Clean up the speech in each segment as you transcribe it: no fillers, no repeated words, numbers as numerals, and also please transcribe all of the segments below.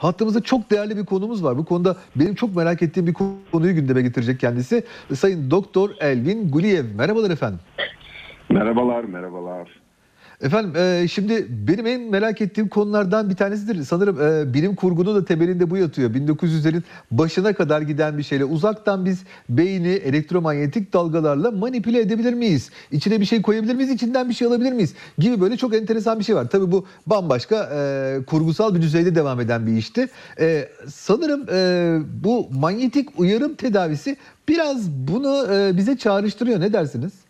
Hattımızda çok değerli bir konumuz var. Bu konuda benim çok merak ettiğim bir konuyu gündeme getirecek kendisi. Sayın Doktor Elvin Guliyev. Merhabalar efendim. Merhabalar, merhabalar. Efendim şimdi benim en merak ettiğim konulardan bir tanesidir. Sanırım bilim kurgunun da temelinde bu yatıyor. 1900'lerin başına kadar giden bir şeyle uzaktan biz beyni elektromanyetik dalgalarla manipüle edebilir miyiz? İçine bir şey koyabilir miyiz? İçinden bir şey alabilir miyiz? Gibi böyle çok enteresan bir şey var. Tabii bu bambaşka kurgusal bir düzeyde devam eden bir işti. Sanırım bu manyetik uyarım tedavisi biraz bunu bize çağrıştırıyor. Ne dersiniz?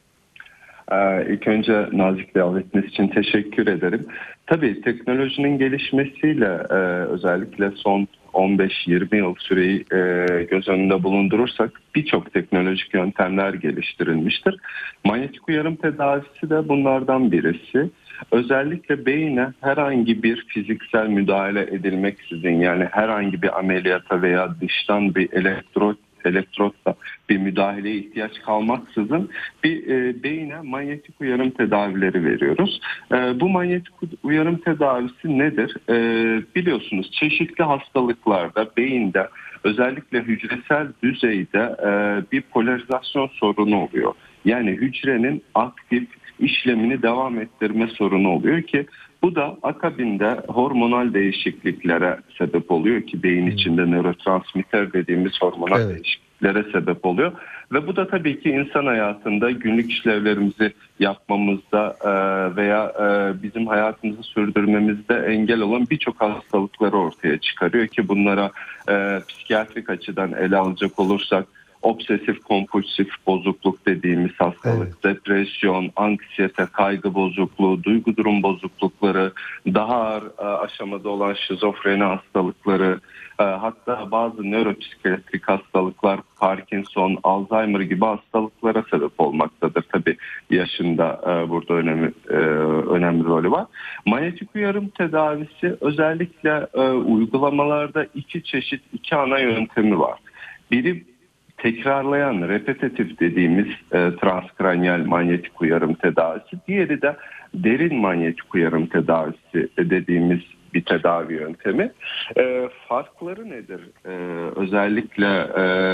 İlk önce nazik davetiniz için teşekkür ederim. Tabii teknolojinin gelişmesiyle özellikle son 15-20 yıl süreyi göz önünde bulundurursak birçok teknolojik yöntemler geliştirilmiştir. Manyetik uyarım tedavisi de bunlardan birisi. Özellikle beyine herhangi bir fiziksel müdahale edilmeksizin, yani herhangi bir ameliyata veya dıştan bir elektrotla bir müdahaleye ihtiyaç kalmaksızın bir beyine manyetik uyarım tedavileri veriyoruz. Bu manyetik uyarım tedavisi nedir? Biliyorsunuz çeşitli hastalıklarda beyinde özellikle hücresel düzeyde bir polarizasyon sorunu oluyor. Yani hücrenin aktif işlemini devam ettirme sorunu oluyor ki bu da akabinde hormonal değişikliklere sebep oluyor ki beyin içinde nörotransmitter dediğimiz hormonal değişikliklere sebep oluyor. Ve bu da tabii ki insan hayatında günlük işlevlerimizi yapmamızda veya bizim hayatımızı sürdürmemizde engel olan birçok hastalıkları ortaya çıkarıyor ki bunlara psikiyatrik açıdan ele alacak olursak obsesif kompulsif bozukluk dediğimiz hastalık, depresyon, anksiyete, kaygı bozukluğu, duygu durum bozuklukları, daha ağır aşamada olan şizofreni hastalıkları, hatta bazı nöropsikiyatrik hastalıklar, Parkinson, Alzheimer gibi hastalıklara sebep olmaktadır. Tabii yaşında burada önemli rolü var. Manyetik uyarım tedavisi özellikle uygulamalarda iki ana yöntemi var. Biri tekrarlayan, repetitif dediğimiz transkranyal manyetik uyarım tedavisi. Diğeri de derin manyetik uyarım tedavisi dediğimiz bir tedavi yöntemi. Farkları nedir? Özellikle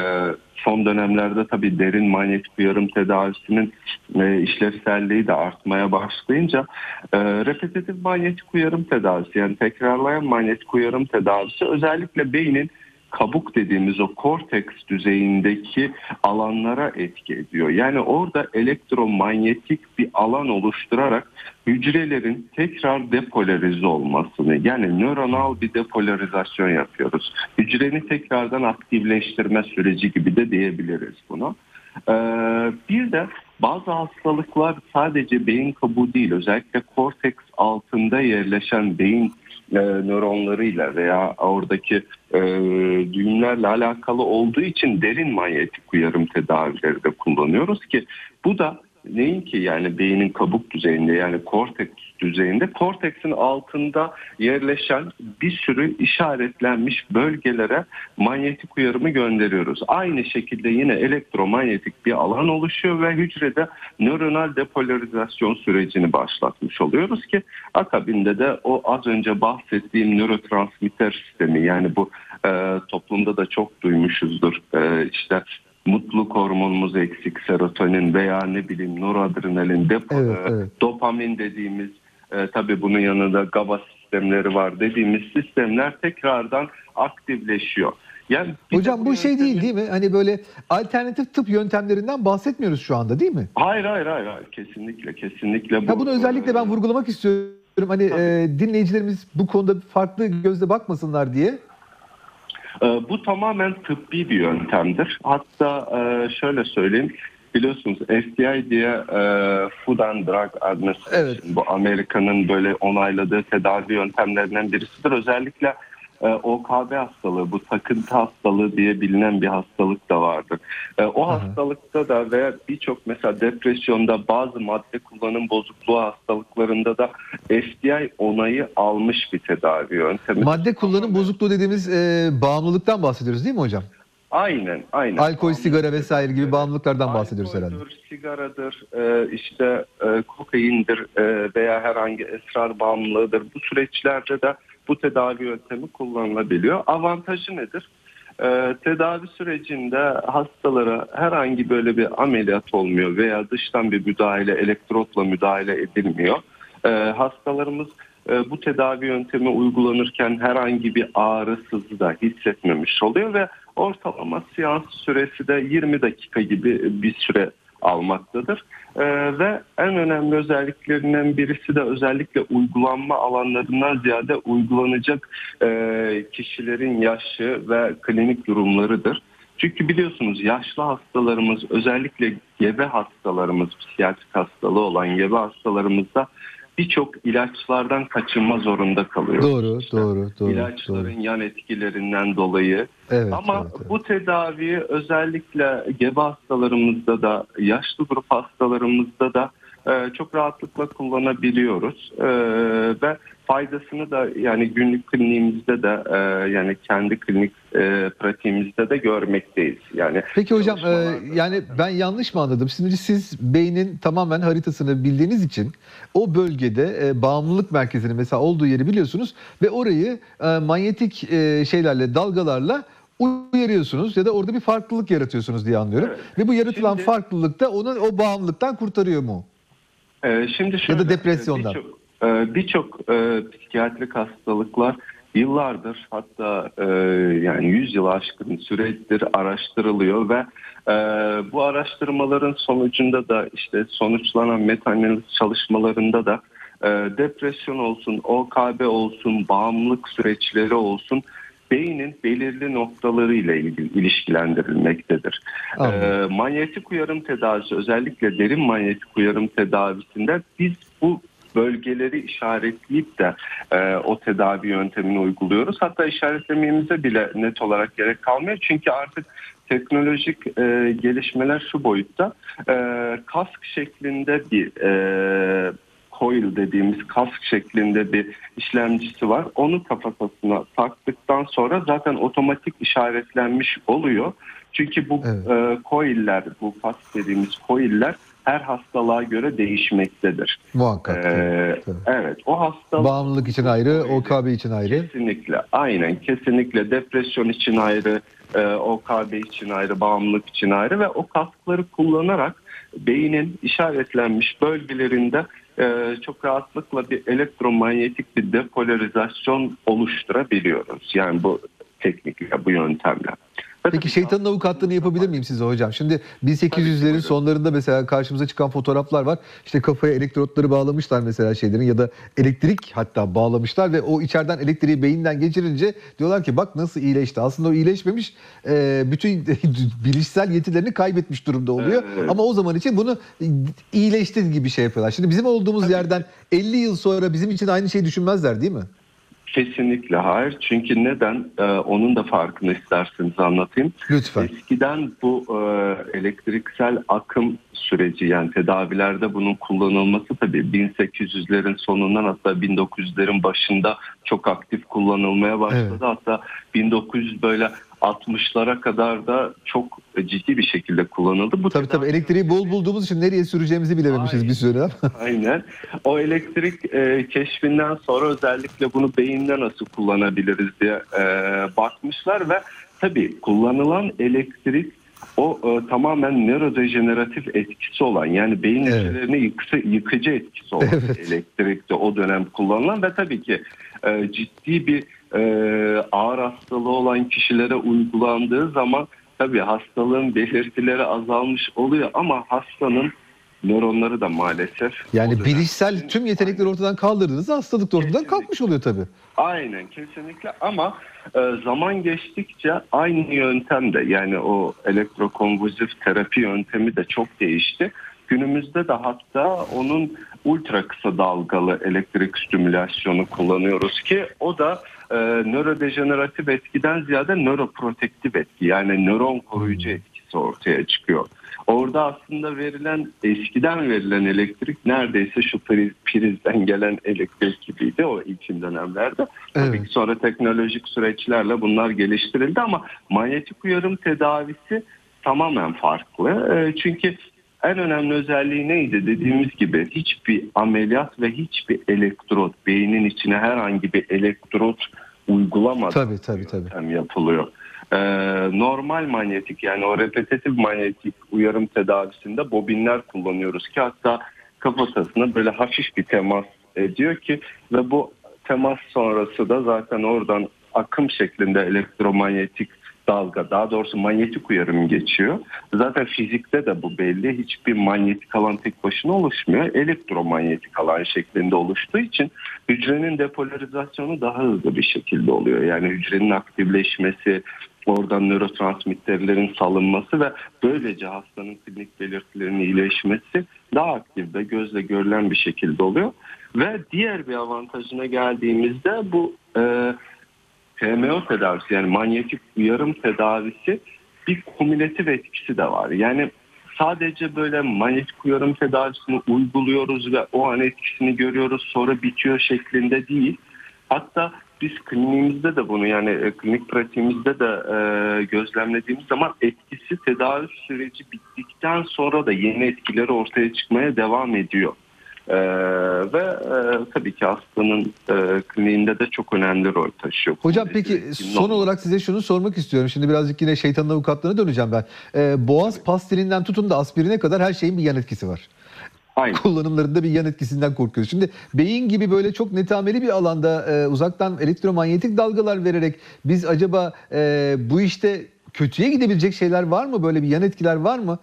son dönemlerde tabii derin manyetik uyarım tedavisinin işlevselliği de artmaya başlayınca repetitif manyetik uyarım tedavisi, yani tekrarlayan manyetik uyarım tedavisi özellikle beynin kabuk dediğimiz o korteks düzeyindeki alanlara etki ediyor. Yani orada elektromanyetik bir alan oluşturarak hücrelerin tekrar depolarize olmasını, yani nöronal bir depolarizasyon yapıyoruz. Hücreni tekrardan aktifleştirme süreci gibi de diyebiliriz buna. Bir de bazı hastalıklar sadece beyin kabuğu değil, özellikle korteks altında yerleşen beyin nöronlarıyla veya oradaki düğümlerle alakalı olduğu için derin manyetik uyarım tedavileri de kullanıyoruz ki bu da neyin ki, yani beynin kabuk düzeyinde, yani korteks düzeyinde, korteksin altında yerleşen bir sürü işaretlenmiş bölgelere manyetik uyarımı gönderiyoruz. Aynı şekilde yine elektromanyetik bir alan oluşuyor ve hücrede nöronal depolarizasyon sürecini başlatmış oluyoruz ki akabinde de o az önce bahsettiğim nörotransmitter sistemi, yani bu toplumda da çok duymuşuzdur. İşte mutluluk hormonumuz eksik, serotonin veya ne bileyim noradrenalin, dopamin dediğimiz, tabii bunun yanında GABA sistemleri var dediğimiz sistemler tekrardan aktifleşiyor. Yani hocam bu şey değil mi? Hani böyle alternatif tıp yöntemlerinden bahsetmiyoruz şu anda, değil mi? Hayır. Kesinlikle. Bunu özellikle ben vurgulamak istiyorum. Hani dinleyicilerimiz bu konuda farklı gözle bakmasınlar diye. Bu tamamen tıbbi bir yöntemdir. Hatta şöyle söyleyeyim, biliyorsunuz FDA diye Food and Drug Administration, bu Amerika'nın böyle onayladığı tedavi yöntemlerinden birisidir. Özellikle OKB hastalığı, bu takıntı hastalığı diye bilinen bir hastalık da vardır. O hastalıkta da ve birçok mesela depresyonda, bazı madde kullanım bozukluğu hastalıklarında da FDA onayı almış bir tedavi yöntemi. Madde kullanım bozukluğu dediğimiz bağımlılıktan bahsediyoruz değil mi hocam? Aynen. Alkol, sigara vesaire gibi bağımlılıklardan bahsediyoruz herhalde. Alkoldür, sigaradır, işte kokaindir veya herhangi esrar bağımlılığıdır. Bu süreçlerde de bu tedavi yöntemi kullanılabiliyor. Avantajı nedir? Tedavi sürecinde hastalara herhangi böyle bir ameliyat olmuyor veya dıştan bir müdahale, elektrotla müdahale edilmiyor. Hastalarımız bu tedavi yöntemi uygulanırken herhangi bir ağrı, sızı da hissetmemiş oluyor ve ortalama seans süresi de 20 dakika gibi bir süre almaktadır. Ve en önemli özelliklerinden birisi de özellikle uygulanma alanlarından ziyade uygulanacak kişilerin yaşı ve klinik durumlarıdır. Çünkü biliyorsunuz yaşlı hastalarımız, özellikle gebe hastalarımız, psikiyatrik hastalığı olan gebe hastalarımızda birçok ilaçlardan kaçınma zorunda kalıyoruz. Doğru. İlaçların yan etkilerinden dolayı. Evet, Ama evet. bu tedaviyi özellikle gebe hastalarımızda da, yaşlı grup hastalarımızda da çok rahatlıkla kullanabiliyoruz. Ve faydasını da yani günlük kliniğimizde de yani kendi klinik pratiğimizde de görmekteyiz. Yani Peki hocam, çalışmalarda- yani ben yanlış mı anladım? Şimdi siz beynin tamamen haritasını bildiğiniz için o bölgede bağımlılık merkezinin mesela olduğu yeri biliyorsunuz ve orayı manyetik şeylerle, dalgalarla uyarıyorsunuz ya da orada bir farklılık yaratıyorsunuz diye anlıyorum. Evet. Ve bu yaratılan Şimdi- farklılık da onu o bağımlılıktan kurtarıyor mu? Şimdi şöyle, Ya da depresyondan. birçok psikiyatrik hastalıklar yıllardır, hatta yani 100 yılı aşkın süredir araştırılıyor ve bu araştırmaların sonucunda da işte sonuçlanan meta-analiz çalışmalarında da depresyon olsun, OKB olsun, bağımlılık süreçleri olsun beynin belirli noktaları ile ilişkilendirilmektedir. Anladım. Manyetik uyarım tedavisi, özellikle derin manyetik uyarım tedavisinde biz bu bölgeleri işaretleyip de o tedavi yöntemini uyguluyoruz. Hatta işaretlememize bile net olarak gerek kalmıyor. Çünkü artık teknolojik gelişmeler şu boyutta, kask şeklinde bir coil dediğimiz kask şeklinde bir işlemcisi var. Onu kafatasına taktıktan sonra zaten otomatik işaretlenmiş oluyor. Çünkü bu Evet. coil'ler, bu kask dediğimiz coil'ler her hastalığa göre değişmektedir. Muhakkak. Tabii. Evet, o hastalık Bağımlılık için ayrı, coil'i OKB için ayrı. kesinlikle, aynen, kesinlikle depresyon için ayrı, OKB için ayrı, bağımlılık için ayrı ve o kaskları kullanarak beynin işaretlenmiş bölgelerinde çok rahatlıkla bir elektromanyetik bir depolarizasyon oluşturabiliyoruz. Yani bu teknikle, bu yöntemle. Peki şeytanın avukatlığını yapabilir miyim size hocam? Şimdi 1800'lerin buyurun. sonlarında mesela karşımıza çıkan fotoğraflar var. İşte kafaya elektrotları bağlamışlar mesela şeylerin ya da elektrik hatta bağlamışlar ve o içeriden elektriği beyinden geçirince diyorlar ki bak nasıl iyileşti. Aslında o iyileşmemiş, bütün bilişsel yetilerini kaybetmiş durumda oluyor. Evet. Ama o zaman için bunu iyileşti gibi şey yapıyorlar. Şimdi bizim olduğumuz yerden 50 yıl sonra bizim için aynı şeyi düşünmezler değil mi? Kesinlikle hayır. Çünkü neden? Onun da farkını isterseniz anlatayım. Lütfen. Eskiden bu elektriksel akım süreci, yani tedavilerde bunun kullanılması tabii 1800'lerin sonundan hatta 1900'lerin başında çok aktif kullanılmaya başladı. Evet. Hatta 1900 böyle 60'lara kadar da çok ciddi bir şekilde kullanıldı. Bu Tabii tedavi elektriği bol bulduğumuz için nereye süreceğimizi bilememişiz Aynen. bir süre. Aynen. O elektrik keşfinden sonra özellikle bunu beyinde nasıl kullanabiliriz diye bakmışlar ve tabii kullanılan elektrik o tamamen nörodejeneratif etkisi olan, yani beyin Evet. hücrelerini yıkıcı etkisi olan Evet. elektrikte o dönem kullanılan ve tabii ki ciddi bir ağır hastalığı olan kişilere uygulandığı zaman tabii hastalığın belirtileri azalmış oluyor ama hastanın nöronları da maalesef o Yani dönem bilişsel için- tüm yetenekleri ortadan kaldırdığınızda hastalık da ortadan Kesinlikle. kalkmış oluyor tabii. Aynen, kesinlikle, ama zaman geçtikçe aynı yöntem de, yani o elektrokonvulsif terapi yöntemi de çok değişti. Günümüzde de hatta onun ultra kısa dalgalı elektrik stimülasyonu kullanıyoruz ki o da nörodejeneratif etkiden ziyade nöroprotektif etki, yani nöron koruyucu etkisi ortaya çıkıyor. Orada aslında eskiden verilen elektrik neredeyse şu prizden gelen elektrik gibiydi o ilk dönemlerde. Tabii ki sonra teknolojik süreçlerle bunlar geliştirildi ama manyetik uyarım tedavisi tamamen farklı. Çünkü En önemli özelliği neydi? Dediğimiz gibi hiçbir ameliyat ve hiçbir elektrot, beynin içine herhangi bir elektrot uygulamadan Tabii. yöntem yapılıyor. Normal manyetik, yani o repetitif manyetik uyarım tedavisinde bobinler kullanıyoruz ki hatta kafatasına böyle hafif bir temas ediyor ki ve bu temas sonrası da zaten oradan akım şeklinde elektromanyetik dalga, daha doğrusu manyetik uyarım geçiyor. Zaten fizikte de bu belli. Hiçbir manyetik alan tek başına oluşmuyor. Elektromanyetik alan şeklinde oluştuğu için hücrenin depolarizasyonu daha hızlı bir şekilde oluyor. Yani hücrenin aktifleşmesi, oradan nörotransmitterlerin salınması ve böylece hastanın klinik belirtilerinin iyileşmesi daha aktif ve gözle görülen bir şekilde oluyor. Ve diğer bir avantajına geldiğimizde bu TMO tedavisi, yani manyetik uyarım tedavisi, bir kumülatif etkisi de var. Yani sadece böyle manyetik uyarım tedavisini uyguluyoruz ve o an etkisini görüyoruz sonra bitiyor şeklinde değil. Hatta biz kliniğimizde de bunu, yani klinik pratiğimizde de gözlemlediğimiz zaman etkisi tedavi süreci bittikten sonra da yeni etkileri ortaya çıkmaya devam ediyor. Tabii ki hastanın kliniğinde de çok önemli rol taşıyor. Hocam peki son olarak size şunu sormak istiyorum. Şimdi birazcık yine şeytanın avukatlığına döneceğim ben. Boğaz pastilinden tutun da aspirine kadar her şeyin bir yan etkisi var. Aynen. Kullanımlarında bir yan etkisinden korkuyoruz. Şimdi beyin gibi böyle çok netameli bir alanda uzaktan elektromanyetik dalgalar vererek biz acaba bu işte kötüye gidebilecek şeyler var mı? Böyle bir yan etkiler var mı?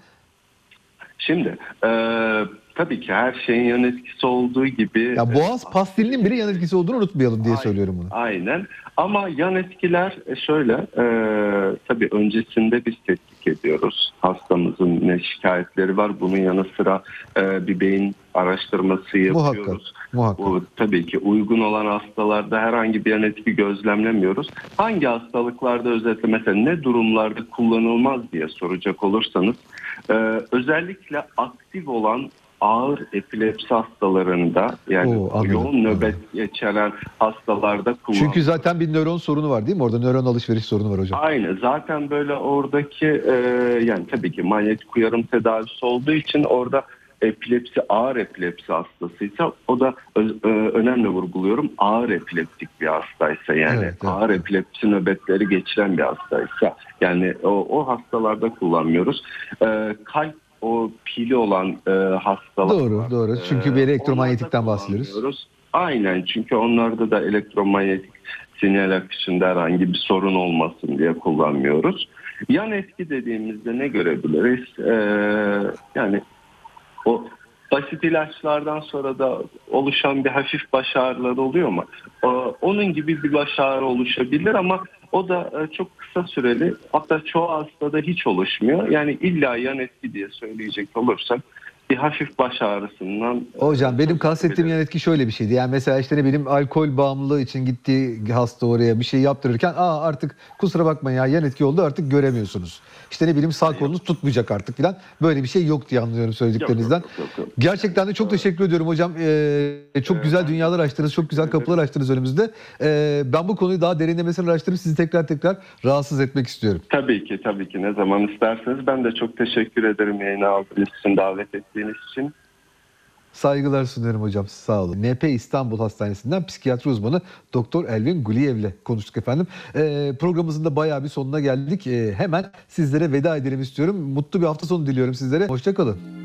Şimdi tabii ki her şeyin yan etkisi olduğu gibi... Ya boğaz pastilinin bile yan etkisi olduğunu unutmayalım diye söylüyorum bunu. Aynen. Ama yan etkiler şöyle, tabii öncesinde biz tetkik ediyoruz. Hastamızın ne şikayetleri var. Bunun yanı sıra bir beyin araştırması yapıyoruz. Muhakkak. Bu tabii ki uygun olan hastalarda herhangi bir yan etki gözlemlemiyoruz. Hangi hastalıklarda özellikle, mesela ne durumlarda kullanılmaz diye soracak olursanız, özellikle aktif olan ağır epilepsi hastalarında, yani yoğun nöbet geçiren hastalarda kullanılıyor. Çünkü zaten bir nöron sorunu var değil mi? Orada nöron alışveriş sorunu var hocam. Aynı. Zaten böyle oradaki yani tabii ki manyetik uyarım tedavisi olduğu için orada epilepsi, ağır epilepsi hastasıysa, o da önemli vurguluyorum, ağır epileptik bir hastaysa, yani evet. ağır epilepsi nöbetleri geçiren bir hastaysa, yani o hastalarda kullanmıyoruz. Kalp, o pili olan hastalar. Doğru. Çünkü bir elektromanyetikten bahsediyoruz. Aynen, çünkü onlarda da elektromanyetik sinyal akışında herhangi bir sorun olmasın diye kullanmıyoruz. Yan etki dediğimizde ne görebiliriz? Yani o basit ilaçlardan sonra da oluşan bir hafif baş ağrıları oluyor mu? Onun gibi bir baş ağrı oluşabilir ama o da çok kısa süreli. Hatta çoğu hastada hiç oluşmuyor. Yani illa yan etki diye söyleyecek olursak bir hafif baş ağrısından... Hocam benim kastettiğim yan etki şöyle bir şeydi. Yani mesela işte ne bileyim, alkol bağımlılığı için gittiği hasta oraya bir şey yaptırırken artık kusura bakmayın ya, yan etki oldu, artık göremiyorsunuz. İşte ne bileyim, sağ kolunuz tutmayacak artık falan. Böyle bir şey yok diye anlıyorum söylediklerinizden. Yok. Gerçekten de çok teşekkür ediyorum hocam. Çok güzel dünyalar açtınız. Çok güzel kapılar açtınız önümüzde. Ben bu konuyu daha derinlemesine araştırıp sizi tekrar rahatsız etmek istiyorum. Tabii ki. Ne zaman isterseniz. Ben de çok teşekkür ederim yayına aldığınız için, davet ettiğiniz için. Saygılar sunuyorum hocam. Sağ olun. NP İstanbul Hastanesi'nden psikiyatri uzmanı Doktor Elvin Guliyev'le konuştuk efendim. Programımızın da bayağı bir sonuna geldik. Hemen sizlere veda edelim istiyorum. Mutlu bir hafta sonu diliyorum sizlere. Hoşça kalın.